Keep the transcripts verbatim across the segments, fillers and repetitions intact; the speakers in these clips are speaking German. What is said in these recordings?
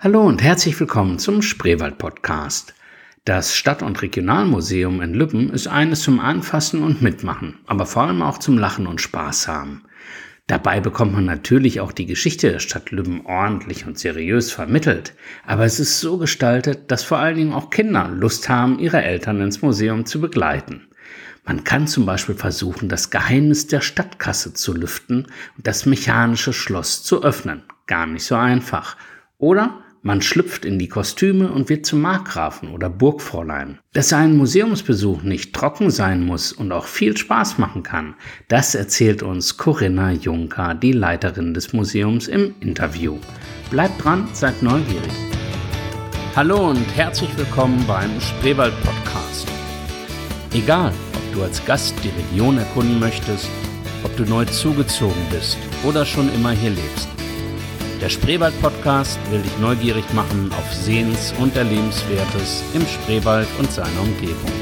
Hallo und herzlich willkommen zum Spreewald-Podcast. Das Stadt- und Regionalmuseum in Lübben ist eines zum Anfassen und Mitmachen, aber vor allem auch zum Lachen und Spaß haben. Dabei bekommt man natürlich auch die Geschichte der Stadt Lübben ordentlich und seriös vermittelt, aber es ist so gestaltet, dass vor allen Dingen auch Kinder Lust haben, ihre Eltern ins Museum zu begleiten. Man kann zum Beispiel versuchen, das Geheimnis der Stadtkasse zu lüften und das mechanische Schloss zu öffnen. Gar nicht so einfach. Oder man schlüpft in die Kostüme und wird zum Markgrafen oder Burgfräulein. Dass ein Museumsbesuch nicht trocken sein muss und auch viel Spaß machen kann, das erzählt uns Corinna Juncker, die Leiterin des Museums, im Interview. Bleibt dran, seid neugierig. Hallo und herzlich willkommen beim Spreewald-Podcast. Egal, ob du als Gast die Region erkunden möchtest, ob du neu zugezogen bist oder schon immer hier lebst. Der Spreewald-Podcast will dich neugierig machen auf Sehens- und Erlebenswertes im Spreewald und seiner Umgebung.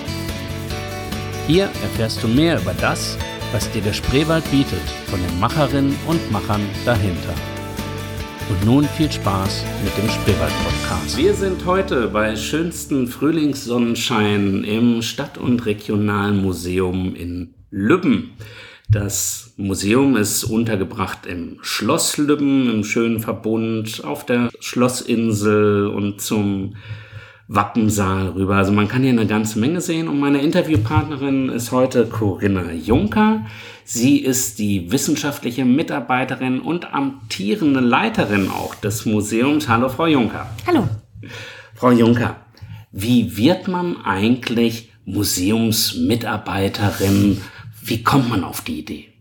Hier erfährst du mehr über das, was dir der Spreewald bietet, von den Macherinnen und Machern dahinter. Und nun viel Spaß mit dem Spreewald-Podcast. Wir sind heute bei schönstem Frühlingssonnenschein im Stadt- und Regionalmuseum in Lübben. Das Museum ist untergebracht im Schloss Lübben, im schönen Verbund, auf der Schlossinsel und zum Wappensaal rüber. Also man kann hier eine ganze Menge sehen. Und meine Interviewpartnerin ist heute Corinna Juncker. Sie ist die wissenschaftliche Mitarbeiterin und amtierende Leiterin auch des Museums. Hallo, Frau Juncker. Hallo. Frau Juncker, wie wird man eigentlich Museumsmitarbeiterin? Wie kommt man auf die Idee?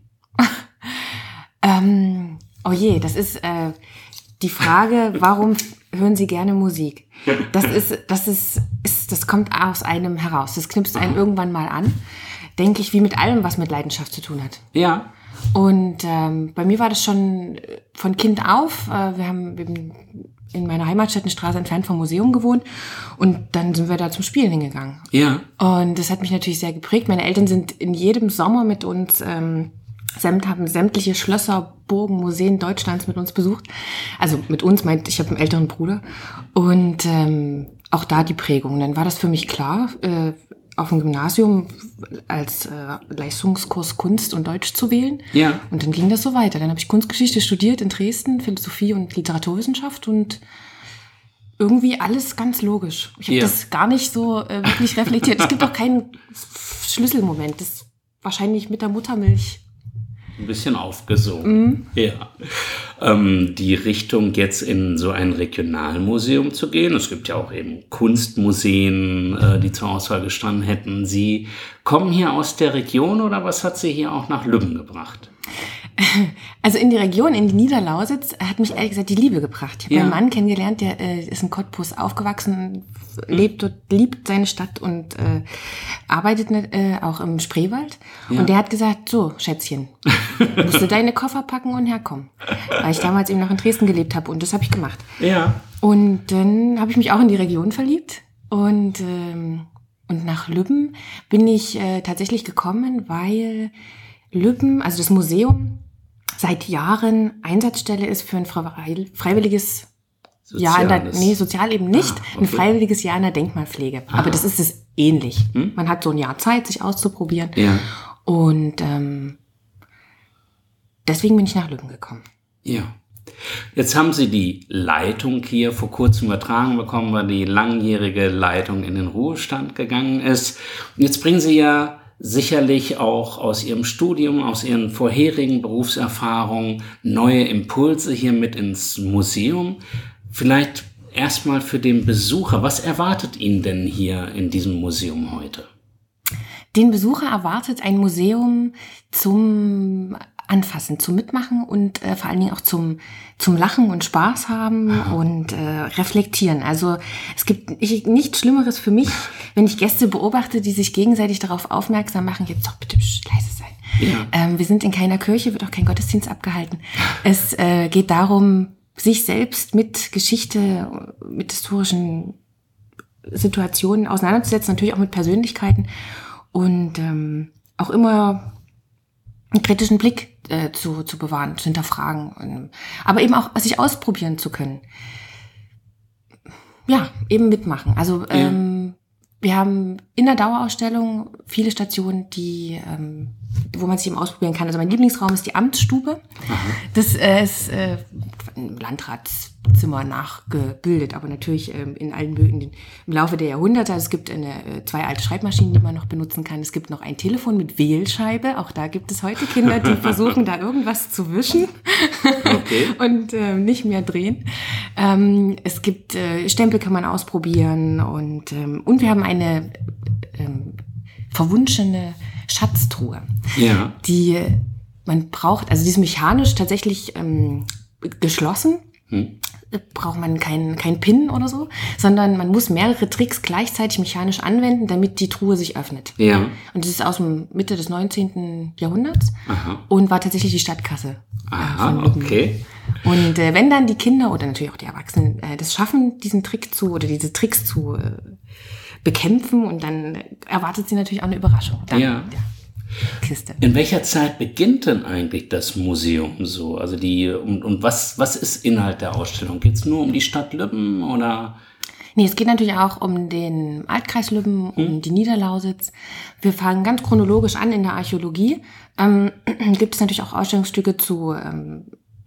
ähm, oh je, das ist äh, die Frage, warum hören Sie gerne Musik? Das ist, das ist, ist, das kommt aus einem heraus. Das knipst einen Aha. irgendwann mal an, denke ich, wie mit allem, was mit Leidenschaft zu tun hat. Ja. Und ähm, bei mir war das schon von Kind auf. Äh, wir haben in meiner Heimatstadt eine Straße entfernt vom Museum gewohnt und dann sind wir da zum Spielen hingegangen. Ja. Und das hat mich natürlich sehr geprägt. Meine Eltern sind in jedem Sommer mit uns, ähm, haben sämtliche Schlösser, Burgen, Museen Deutschlands mit uns besucht. Also mit uns, meint, ich habe einen älteren Bruder. Und ähm, auch da die Prägung. Dann war das für mich klar, äh, auf dem Gymnasium als äh, Leistungskurs Kunst und Deutsch zu wählen. Ja. Und dann ging das so weiter. Dann habe ich Kunstgeschichte studiert in Dresden, Philosophie und Literaturwissenschaft und irgendwie alles ganz logisch. Ich habe ja. das gar nicht so äh, wirklich reflektiert. Es gibt auch keinen Schlüsselmoment. Das ist wahrscheinlich mit der Muttermilch ein bisschen aufgesogen. Mhm. Ja. Ähm, die Richtung, jetzt in so ein Regionalmuseum zu gehen. Es gibt ja auch eben Kunstmuseen, äh, die zur Auswahl gestanden hätten. Sie kommen hier aus der Region oder was hat Sie hier auch nach Lübben gebracht? Also in die Region, in die Niederlausitz, hat mich ehrlich gesagt die Liebe gebracht. Ich habe ja. einen Mann kennengelernt, der äh, ist in Cottbus aufgewachsen, lebt dort, liebt seine Stadt und äh, arbeitet äh, auch im Spreewald. Ja. Und der hat gesagt, so Schätzchen, musst du deine Koffer packen und herkommen. Weil ich damals eben noch in Dresden gelebt habe und das habe ich gemacht. Ja. Und dann habe ich mich auch in die Region verliebt und, ähm, und nach Lübben bin ich äh, tatsächlich gekommen, weil Lübben, also das Museum, seit Jahren Einsatzstelle ist für ein freiwilliges Jahr in der, nee, sozial eben nicht, ah, okay. ein freiwilliges Jahr in der Denkmalpflege. Ah. Aber das ist es ähnlich. Hm? Man hat so ein Jahr Zeit, sich auszuprobieren. Ja. Und ähm, deswegen bin ich nach Lübben gekommen. Ja. Jetzt haben Sie die Leitung hier vor kurzem übertragen bekommen, weil die langjährige Leitung in den Ruhestand gegangen ist. Und jetzt bringen Sie ja sicherlich auch aus Ihrem Studium, aus Ihren vorherigen Berufserfahrungen neue Impulse hier mit ins Museum. Vielleicht erstmal für den Besucher. Was erwartet ihn denn hier in diesem Museum heute? Den Besucher erwartet ein Museum zum Anfassen, zum Mitmachen und äh, vor allen Dingen auch zum zum Lachen und Spaß haben Aha. und äh, reflektieren. Also es gibt ich, nichts Schlimmeres für mich, wenn ich Gäste beobachte, die sich gegenseitig darauf aufmerksam machen, jetzt doch bitte leise sein. Ja. Ähm, wir sind in keiner Kirche, wird auch kein Gottesdienst abgehalten. Es äh, geht darum, sich selbst mit Geschichte, mit historischen Situationen auseinanderzusetzen, natürlich auch mit Persönlichkeiten und ähm, auch immer einen kritischen Blick äh, zu, zu bewahren, zu hinterfragen, und, aber eben auch sich ausprobieren zu können. Ja, eben mitmachen. Also ja. ähm, wir haben in der Dauerausstellung viele Stationen, die, ähm, wo man sich eben ausprobieren kann. Also mein Lieblingsraum ist die Amtsstube. Aha. Das äh, ist äh, ein Landratszimmer nachgebildet, aber natürlich ähm, in allen in den, im Laufe der Jahrhunderte. Also es gibt eine, äh, zwei alte Schreibmaschinen, die man noch benutzen kann. Es gibt noch ein Telefon mit Wählscheibe. Auch da gibt es heute Kinder, die versuchen, da irgendwas zu wischen okay. und äh, nicht mehr drehen. Ähm, es gibt äh, Stempel kann man ausprobieren und ähm, und wir haben eine ähm, verwunschene Schatztruhe, ja. die man braucht, also die ist mechanisch tatsächlich ähm, geschlossen. Hm. Braucht man keinen kein Pin oder so, sondern man muss mehrere Tricks gleichzeitig mechanisch anwenden, damit die Truhe sich öffnet. Ja. Und das ist aus dem Mitte des neunzehnten Jahrhunderts Aha. und war tatsächlich die Stadtkasse Aha, äh, von Lübben. Okay. Und äh, wenn dann die Kinder oder natürlich auch die Erwachsenen äh, das schaffen, diesen Trick zu oder diese Tricks zu äh, bekämpfen, und dann erwartet sie natürlich auch eine Überraschung. Dann, ja. ja. Kiste. In welcher Zeit beginnt denn eigentlich das Museum so? Also die und, und was was ist Inhalt der Ausstellung? Geht es nur um die Stadt Lübben oder? Nee, es geht natürlich auch um den Altkreis Lübben, um hm. die Niederlausitz. Wir fangen ganz chronologisch an in der Archäologie. Ähm, gibt es natürlich auch Ausstellungsstücke zu ähm,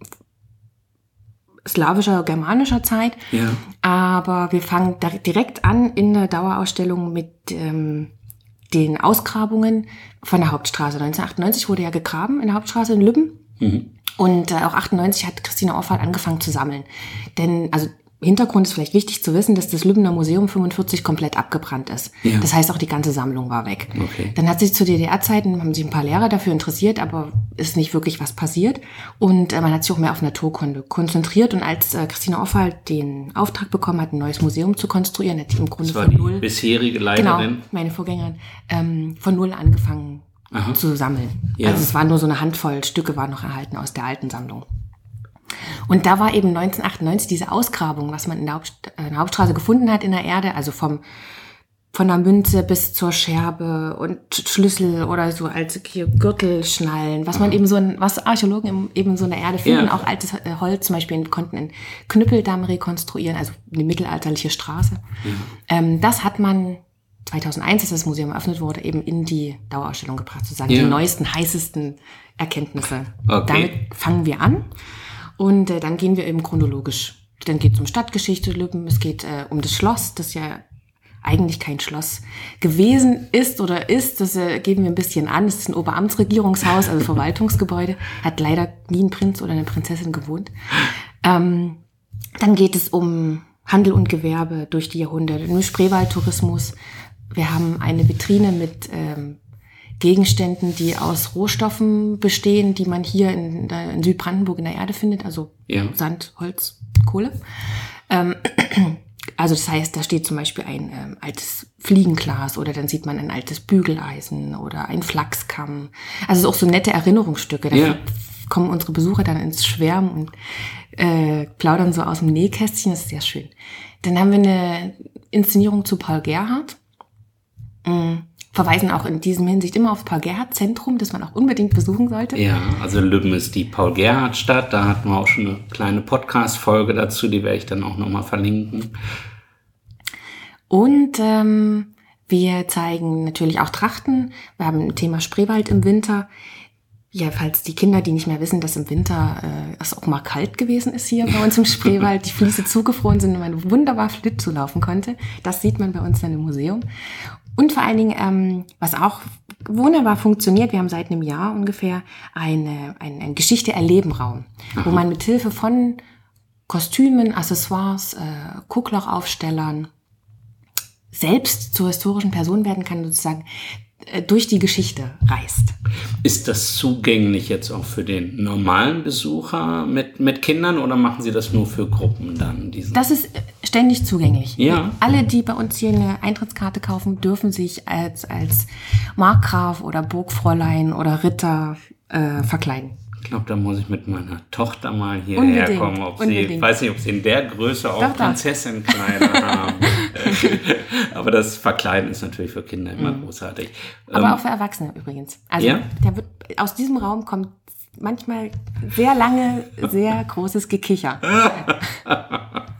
slawischer, germanischer Zeit. Ja. Aber wir fangen da direkt an in der Dauerausstellung mit ähm, den Ausgrabungen von der Hauptstraße. neunzehnhundertachtundneunzig wurde ja gegraben in der Hauptstraße in Lübben. Mhm. Und äh, auch achtundneunzig hat Christine Orffald angefangen zu sammeln. Denn, also Hintergrund ist vielleicht wichtig zu wissen, dass das Lübbener Museum fünfundvierzig komplett abgebrannt ist. Ja. Das heißt, auch die ganze Sammlung war weg. Okay. Dann hat sich zu D D R-Zeiten, haben sich ein paar Lehrer dafür interessiert, aber ist nicht wirklich was passiert. Und äh, man hat sich auch mehr auf Naturkunde konzentriert. Und als äh, Christine Orffald den Auftrag bekommen hat, ein neues Museum zu konstruieren, hat die im Grunde das war von die null, bisherige Leiterin. Genau, meine Vorgängerin, ähm, von null angefangen Aha. zu sammeln. Ja. Also es war nur so eine Handvoll Stücke, waren noch erhalten aus der alten Sammlung. Und da war eben neunzehnhundertachtundneunzig diese Ausgrabung, was man in der, Haupt, in der Hauptstraße gefunden hat in der Erde, also vom von der Münze bis zur Scherbe und Schlüssel oder so als Gürtelschnallen, was man eben so, was Archäologen eben so in der Erde finden, ja. auch altes Holz zum Beispiel, konnten einen Knüppeldamm rekonstruieren, also eine mittelalterliche Straße. Ja. Ähm, das hat man zweitausendeins, als das Museum eröffnet wurde, eben in die Dauerausstellung gebracht, sozusagen ja. die neuesten, heißesten Erkenntnisse. Okay. Damit fangen wir an. Und äh, dann gehen wir eben chronologisch. Dann geht es um Stadtgeschichte Lübben, es geht äh, um das Schloss, das ja eigentlich kein Schloss gewesen ist oder ist. Das äh, geben wir ein bisschen an. Es ist ein Oberamtsregierungshaus, also Verwaltungsgebäude. Hat leider nie ein Prinz oder eine Prinzessin gewohnt. Ähm, dann geht es um Handel und Gewerbe durch die Jahrhunderte, um Spreewaldtourismus. Wir haben eine Vitrine mit ähm, Gegenständen, die aus Rohstoffen bestehen, die man hier in, in Südbrandenburg in der Erde findet, also ja. Sand, Holz, Kohle. Ähm, also das heißt, da steht zum Beispiel ein ähm, altes Fliegenglas oder dann sieht man ein altes Bügeleisen oder ein Flachskamm. Also auch so nette Erinnerungsstücke. Da ja. kommen unsere Besucher dann ins Schwärmen und äh, plaudern so aus dem Nähkästchen. Das ist sehr schön. Dann haben wir eine Inszenierung zu Paul Gerhardt. Mhm. Verweisen auch in diesem Hinsicht immer aufs Paul-Gerhardt-Zentrum, das man auch unbedingt besuchen sollte. Ja, also Lübben ist die Paul-Gerhardt-Stadt. Da hatten wir auch schon eine kleine Podcast-Folge dazu, die werde ich dann auch nochmal verlinken. Und ähm, wir zeigen natürlich auch Trachten. Wir haben ein Thema Spreewald im Winter. Ja, falls die Kinder, die nicht mehr wissen, dass im Winter äh, es auch mal kalt gewesen ist hier bei uns im Spreewald, die Fließe zugefroren sind und man wunderbar Schlittschuh laufen konnte. Das sieht man bei uns dann im Museum. Und vor allen Dingen, ähm, was auch wunderbar funktioniert, wir haben seit einem Jahr ungefähr eine, eine, eine Geschichte-Erleben-Raum, wo man mit Hilfe von Kostümen, Accessoires, äh, Gucklochaufstellern selbst zur historischen Person werden kann, sozusagen äh, durch die Geschichte reist. Ist das zugänglich jetzt auch für den normalen Besucher mit, mit Kindern oder machen Sie das nur für Gruppen dann? Diesen? Das ist ständig zugänglich. Ja. Alle, die bei uns hier eine Eintrittskarte kaufen, dürfen sich als, als Markgraf oder Burgfräulein oder Ritter äh, verkleiden. Ich glaube, da muss ich mit meiner Tochter mal hierher unbedingt, kommen. Ob sie, ich weiß nicht, ob sie in der Größe auch Prinzessinnenkleider haben. Aber das Verkleiden ist natürlich für Kinder immer mhm. großartig. Aber ähm, auch für Erwachsene übrigens. Also ja? der wird, aus diesem Raum kommt manchmal sehr lange, sehr großes Gekicher.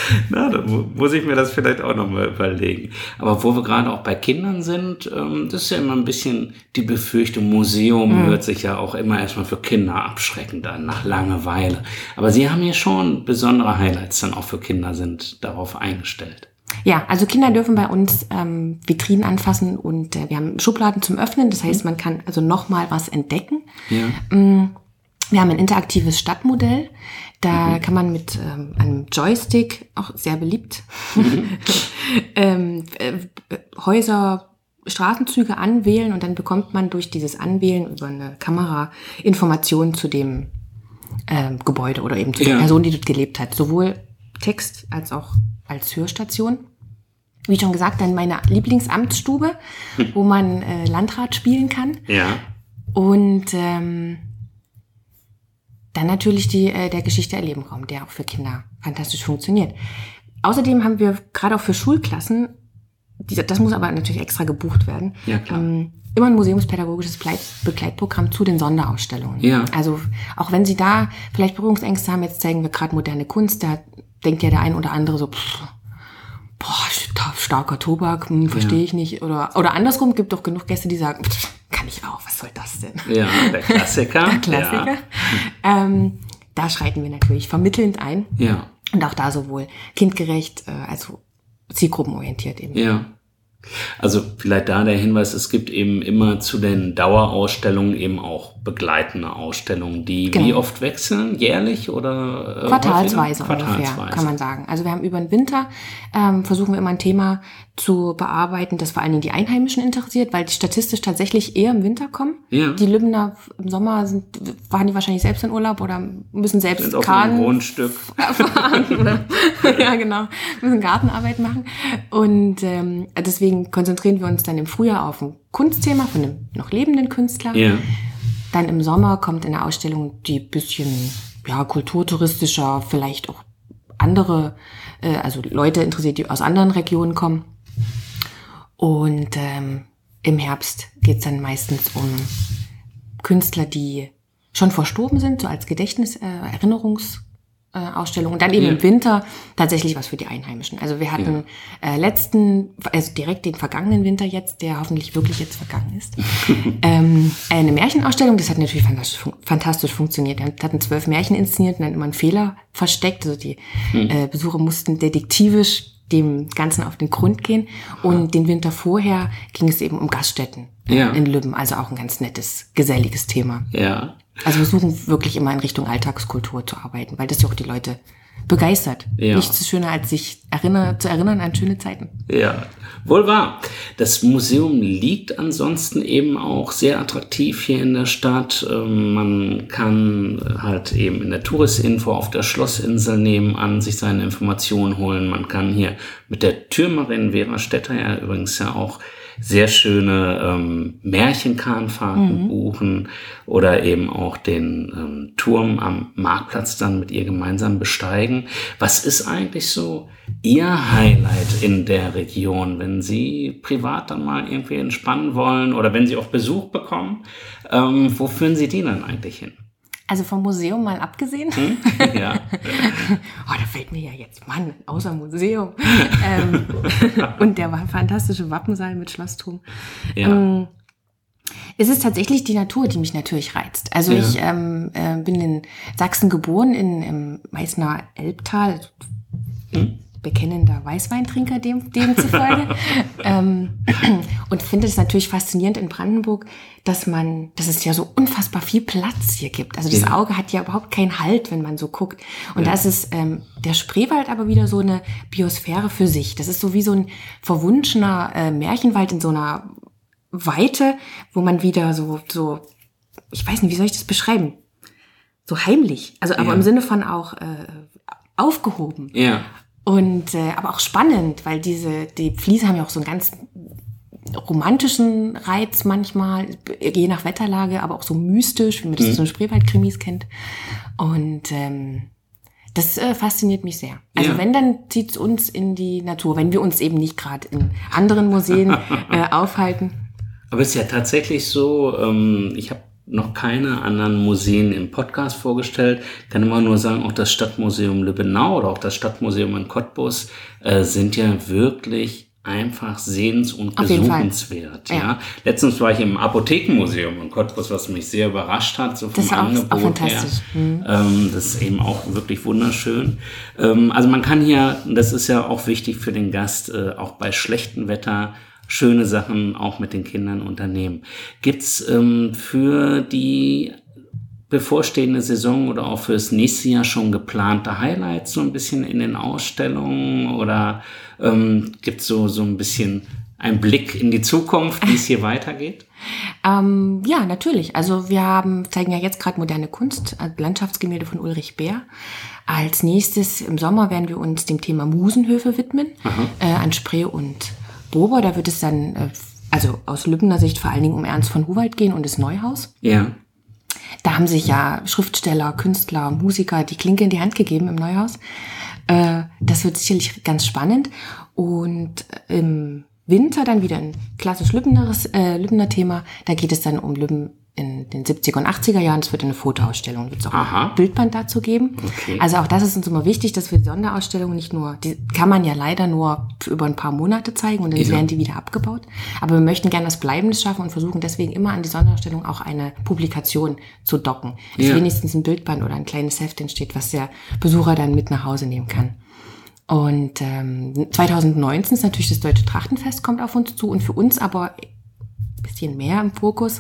Na, da muss ich mir das vielleicht auch nochmal überlegen. Aber wo wir gerade auch bei Kindern sind, ähm, das ist ja immer ein bisschen die Befürchtung, Museum mhm. hört sich ja auch immer erstmal für Kinder abschreckend an, nach Langeweile. Aber Sie haben hier schon besondere Highlights dann auch für Kinder sind darauf eingestellt. Ja, also Kinder dürfen bei uns ähm, Vitrinen anfassen und äh, wir haben Schubladen zum Öffnen. Das heißt, man kann also nochmal was entdecken. Ja. Ähm, wir haben ein interaktives Stadtmodell. Da mhm. kann man mit ähm, einem Joystick, auch sehr beliebt, mhm. ähm, äh, Häuser, Straßenzüge anwählen und dann bekommt man durch dieses Anwählen über eine Kamera Informationen zu dem ähm, Gebäude oder eben zu ja. der Person, die dort gelebt hat. Sowohl Text als auch als Hörstation. Wie schon gesagt, dann meine Lieblingsamtsstube, hm. wo man äh, Landrat spielen kann. Ja. Und ähm, dann natürlich die, äh, der Geschichte-Erleben-Raum, der auch für Kinder fantastisch funktioniert. Außerdem haben wir gerade auch für Schulklassen, die, das muss aber natürlich extra gebucht werden, ja, klar. Ähm, immer ein museumspädagogisches Begleitprogramm zu den Sonderausstellungen. Ja. Also auch wenn Sie da vielleicht Berührungsängste haben, jetzt zeigen wir gerade moderne Kunst, da denkt ja der ein oder andere so, pff, boah, starker Tobak, hm, verstehe ja. ich nicht. Oder, oder andersrum, gibt doch genug Gäste, die sagen, pff, kann ich auch, was soll das denn? Ja, der Klassiker. Der Klassiker. Ja. Ähm, da schreiten wir natürlich vermittelnd ein. Ja. Und auch da sowohl kindgerecht, äh, also zielgruppenorientiert eben. Ja. Also vielleicht da der Hinweis, es gibt eben immer zu den Dauerausstellungen eben auch begleitende Ausstellungen, die genau. wie oft wechseln? Jährlich oder? Äh, Quartalsweise ungefähr, Quartalsweise. Kann man sagen. Also wir haben über den Winter, ähm, versuchen wir immer ein Thema zu bearbeiten, das vor allen Dingen die Einheimischen interessiert, weil die statistisch tatsächlich eher im Winter kommen. Ja. Die Lübner im Sommer sind, waren die wahrscheinlich selbst in Urlaub oder müssen selbst sind Kahn auf einem Grundstück fahren oder ja genau, müssen Gartenarbeit machen. Und ähm, deswegen konzentrieren wir uns dann im Frühjahr auf ein Kunstthema von einem noch lebenden Künstler. Ja. Dann im Sommer kommt in der Ausstellung die bisschen ja kulturtouristischer, vielleicht auch andere, äh, also Leute interessiert, die aus anderen Regionen kommen. Und ähm, im Herbst geht's dann meistens um Künstler, die schon verstorben sind, so als Gedächtnis, äh, Erinnerungs äh, Ausstellung. Und dann eben ja. im Winter tatsächlich was für die Einheimischen. Also wir hatten ja. äh, letzten, also direkt den vergangenen Winter jetzt, der hoffentlich wirklich jetzt vergangen ist, ähm, eine Märchenausstellung. Das hat natürlich fantastisch, fun- fantastisch funktioniert. Wir hatten zwölf Märchen inszeniert und dann immer einen Fehler versteckt. Also die hm. äh, Besucher mussten detektivisch dem Ganzen auf den Grund gehen. Und den Winter vorher ging es eben um Gaststätten ja. in Lübben. Also auch ein ganz nettes, geselliges Thema. Ja. Also wir versuchen wirklich immer in Richtung Alltagskultur zu arbeiten, weil das ja auch die Leute begeistert. Ja. Nichts ist schöner, als sich erinner, zu erinnern an schöne Zeiten. Ja, wohl wahr. Das Museum liegt ansonsten eben auch sehr attraktiv hier in der Stadt. Man kann halt eben in der Touristinfo auf der Schlossinsel nebenan sich seine Informationen holen. Man kann hier mit der Türmerin Vera Stetter ja übrigens ja auch sehr schöne ähm, Märchenkahnfahrten mhm. buchen oder eben auch den ähm, Turm am Marktplatz dann mit ihr gemeinsam besteigen. Was ist eigentlich so Ihr Highlight in der Region, wenn Sie privat dann mal irgendwie entspannen wollen oder wenn Sie auch Besuch bekommen? Ähm, wo führen Sie die dann eigentlich hin? Also vom Museum mal abgesehen. Hm? Ja. Oh, da fällt mir ja jetzt, Mann, außer Museum. ähm, und der fantastische Wappensaal mit Schlossturm. Ja. Ähm, es ist tatsächlich die Natur, die mich natürlich reizt. Also ja. ich ähm, äh, bin in Sachsen geboren, in, im Meißner Elbtal. Hm? Bekennender Weißweintrinker dem, demzufolge. ähm, und finde es natürlich faszinierend in Brandenburg, dass man, dass es ja so unfassbar viel Platz hier gibt. Also das ja. Auge hat ja überhaupt keinen Halt, wenn man so guckt. Und ja. da ist es ähm, der Spreewald aber wieder so eine Biosphäre für sich. Das ist so wie so ein verwunschener äh, Märchenwald in so einer Weite, wo man wieder so, so, ich weiß nicht, wie soll ich das beschreiben? So heimlich. Also aber ja. im Sinne von auch äh, aufgehoben. Ja. Und äh, aber auch spannend, weil diese die Fliese haben ja auch so einen ganz romantischen Reiz manchmal, je nach Wetterlage, aber auch so mystisch, wie man das mhm. so in Spreewaldkrimis kennt. Und ähm, das äh, fasziniert mich sehr. Also ja. wenn, dann zieht's uns in die Natur, wenn wir uns eben nicht gerade in anderen Museen äh, aufhalten. Aber es ist ja tatsächlich so, ähm, ich habe noch keine anderen Museen im Podcast vorgestellt. Ich kann immer nur sagen, auch das Stadtmuseum Lübbenau oder auch das Stadtmuseum in Cottbus äh, sind ja wirklich einfach sehens- und besuchenswert. Ja. Ja. Letztens war ich im Apothekenmuseum in Cottbus, was mich sehr überrascht hat, so vom das ist auch, Angebot auch fantastisch. her. Mhm. Ähm, das ist eben auch wirklich wunderschön. Ähm, also man kann hier, das ist ja auch wichtig für den Gast, äh, auch bei schlechtem Wetter schöne Sachen auch mit den Kindern unternehmen. Gibt's ähm, für die bevorstehende Saison oder auch fürs nächste Jahr schon geplante Highlights so ein bisschen in den Ausstellungen oder ähm, gibt's so so ein bisschen einen Blick in die Zukunft, wie es hier weitergeht? Ähm, ja, natürlich. Also wir haben, zeigen ja jetzt gerade moderne Kunst, Landschaftsgemälde von Ulrich Bär. Als nächstes im Sommer werden wir uns dem Thema Musenhöfe widmen, äh, an Spree und Bober. Da wird es dann, äh, also aus Lübbener Sicht vor allen Dingen um Ernst von Huwald gehen und das Neuhaus. Ja. Da haben sich ja Schriftsteller, Künstler, Musiker die Klinke in die Hand gegeben im Neuhaus. Äh, das wird sicherlich ganz spannend. Und im Winter dann wieder ein klassisch Lübbeneres, äh, Lübbener Thema. Da geht es dann um Lübben in den siebziger und achtziger Jahren. Es wird eine Fotoausstellung, wird es auch Aha. ein Bildband dazu geben. Okay. Also auch das ist uns immer wichtig, dass wir die Sonderausstellungen nicht nur, die kann man ja leider nur für über ein paar Monate zeigen und dann Ja. werden die wieder abgebaut. Aber wir möchten gerne was Bleibendes schaffen und versuchen deswegen immer an die Sonderausstellung auch eine Publikation zu docken. Dass Ja. wenigstens ein Bildband oder ein kleines Heft entsteht, was der Besucher dann mit nach Hause nehmen kann. Und ähm, zwanzig neunzehn ist natürlich das Deutsche Trachtenfest, kommt auf uns zu und für uns aber ein bisschen mehr im Fokus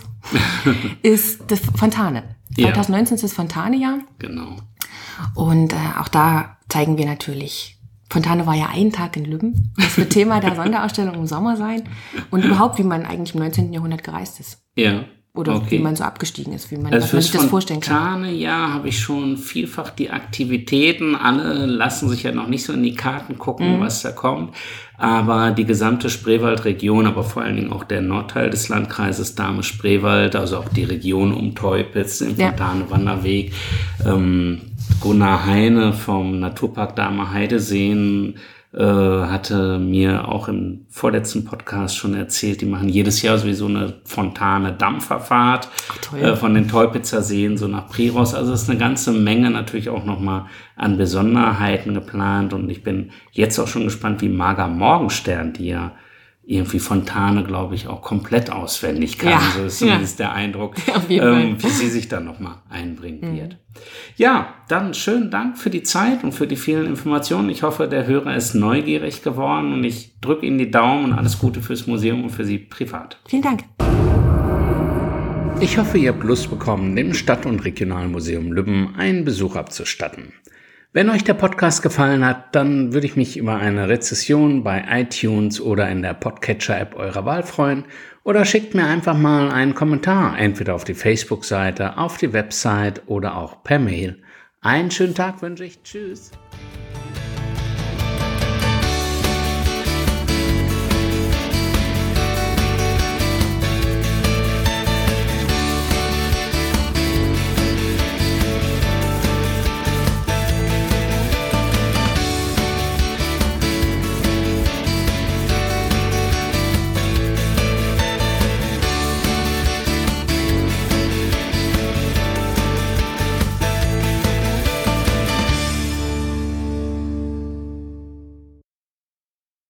ist das Fontane. Ja. zwanzig neunzehn ist das Fontane-Jahr Genau. und äh, auch da zeigen wir natürlich, Fontane war ja ein Tag in Lübben, das wird Thema der Sonderausstellung im Sommer sein und überhaupt, wie man eigentlich im neunzehnten Jahrhundert gereist ist. Ja. Oder okay. wie man so abgestiegen ist, wie man, Also was man sich das vorstellen kann. Fontane, ja, habe ich schon vielfach die Aktivitäten. Alle lassen sich ja noch nicht so in die Karten gucken, mhm. was da kommt. Aber die gesamte Spreewaldregion, aber vor allen Dingen auch der Nordteil des Landkreises Dahme-Spreewald, also auch die Region um Teupitz, den Ja. Fontane-Wanderweg, ähm, Gunnar Heine vom Naturpark Dahme-Heideseen, äh, hatte mir auch im vorletzten Podcast schon erzählt, die machen jedes Jahr sowieso eine Fontane-Dampferfahrt äh, von den Teupitzer Seen so nach Priros. Also es ist eine ganze Menge natürlich auch nochmal an Besonderheiten geplant und ich bin jetzt auch schon gespannt, wie Marga Morgenstern, die ja irgendwie Fontane, glaube ich, auch komplett auswendig kann. Ja, So ist ja. zumindest der Eindruck, Auf jeden ähm, Fall. wie sie sich dann nochmal einbringen wird. Ja, dann schönen Dank für die Zeit und für die vielen Informationen. Ich hoffe, der Hörer ist neugierig geworden und ich drücke Ihnen die Daumen und alles Gute fürs Museum und für Sie privat. Vielen Dank. Ich hoffe, ihr habt Lust bekommen, dem Stadt- und Regionalmuseum Lübben einen Besuch abzustatten. Wenn euch der Podcast gefallen hat, dann würde ich mich über eine Rezession bei iTunes oder in der Podcatcher-App eurer Wahl freuen oder schickt mir einfach mal einen Kommentar, entweder auf die Facebook-Seite, auf die Website oder auch per Mail. Einen schönen Tag wünsche ich. Tschüss.